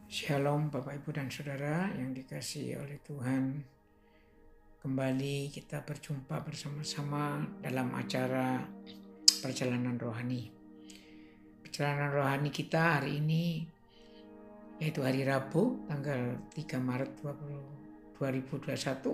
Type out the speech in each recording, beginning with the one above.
Shalom Bapak Ibu dan Saudara yang dikasihi oleh Tuhan. Kembali kita berjumpa bersama-sama dalam acara perjalanan rohani. Perjalanan rohani kita hari ini yaitu hari Rabu tanggal 3 Maret 2021.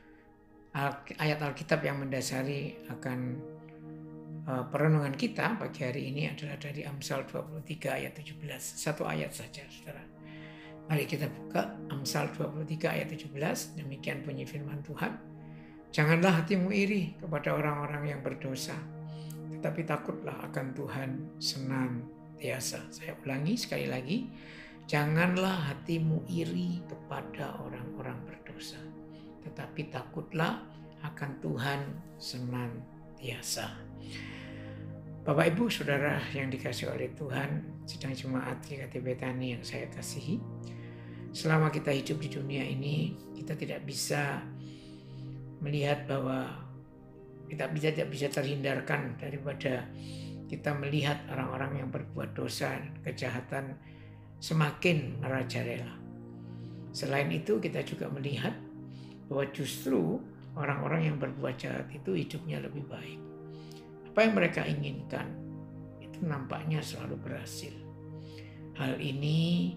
Ayat Alkitab yang mendasari akan perenungan kita pagi hari ini adalah dari Amsal 23 ayat 17. Satu ayat saja, Saudara. Mari kita buka Amsal 23 ayat 17. Demikian bunyi firman Tuhan. Janganlah hatimu iri kepada orang-orang yang berdosa, tetapi takutlah akan Tuhan senantiasa. Saya ulangi sekali lagi. Janganlah hatimu iri kepada orang-orang berdosa, tetapi takutlah akan Tuhan senantiasa. Bapak Ibu Saudara yang dikasihi oleh Tuhan, sidang jemaat GKT Betani yang saya kasihi. Selama kita hidup di dunia ini, kita tidak bisa melihat bahwa kita tidak bisa terhindarkan daripada kita melihat orang-orang yang berbuat dosa, kejahatan semakin merajalela. Selain itu kita juga melihat bahwa justru orang-orang yang berbuat jahat itu hidupnya lebih baik. Apa yang mereka inginkan itu nampaknya selalu berhasil. Hal ini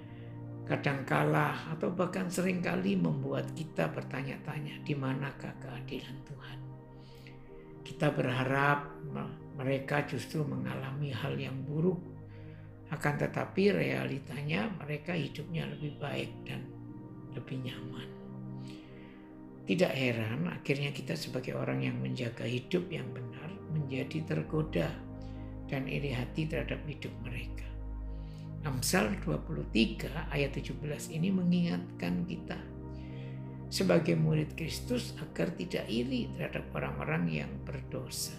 kadangkala atau bahkan seringkali membuat kita bertanya-tanya, di manakah keadilan Tuhan? Kita berharap mereka justru mengalami hal yang buruk, akan tetapi realitanya mereka hidupnya lebih baik dan lebih nyaman. Tidak heran akhirnya kita sebagai orang yang menjaga hidup yang benar menjadi tergoda dan iri hati terhadap hidup mereka. Amsal 23 ayat 17 ini mengingatkan kita sebagai murid Kristus agar tidak iri terhadap orang-orang yang berdosa.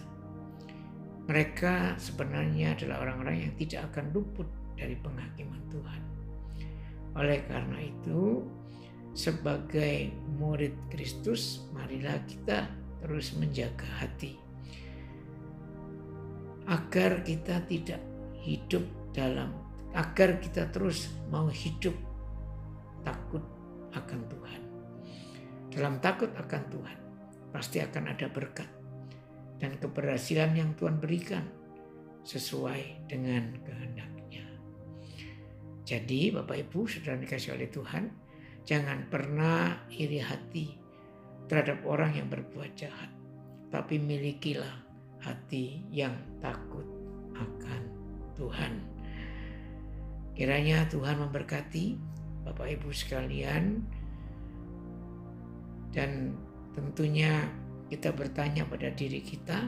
Mereka sebenarnya adalah orang-orang yang tidak akan luput dari penghakiman Tuhan. Oleh karena itu, sebagai murid Kristus, marilah kita terus menjaga hati agar kita tidak hidup agar kita terus mau hidup takut akan Tuhan. Dalam takut akan Tuhan pasti akan ada berkat dan keberhasilan yang Tuhan berikan sesuai dengan kehendak-Nya. Jadi Bapak Ibu Saudara dikasihi oleh Tuhan, jangan pernah iri hati terhadap orang yang berbuat jahat, tapi milikilah hati yang takut akan Tuhan. Kiranya Tuhan memberkati Bapak Ibu sekalian, dan tentunya kita bertanya pada diri kita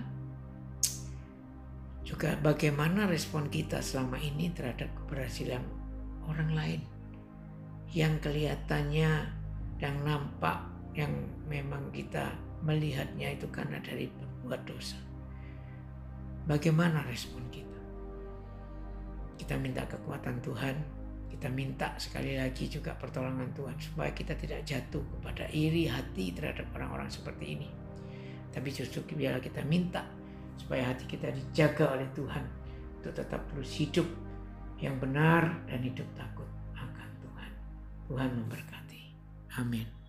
juga bagaimana respon kita selama ini terhadap keberhasilan orang lain yang kelihatannya, yang nampak, yang memang kita melihatnya itu karena dari berbuat dosa. Bagaimana respon kita? Kita minta kekuatan Tuhan, kita minta sekali lagi juga pertolongan Tuhan supaya kita tidak jatuh kepada iri hati terhadap orang-orang seperti ini. Tapi justru biarlah kita minta supaya hati kita dijaga oleh Tuhan untuk tetap terus hidup yang benar dan hidup takut akan Tuhan. Tuhan memberkati. Amin.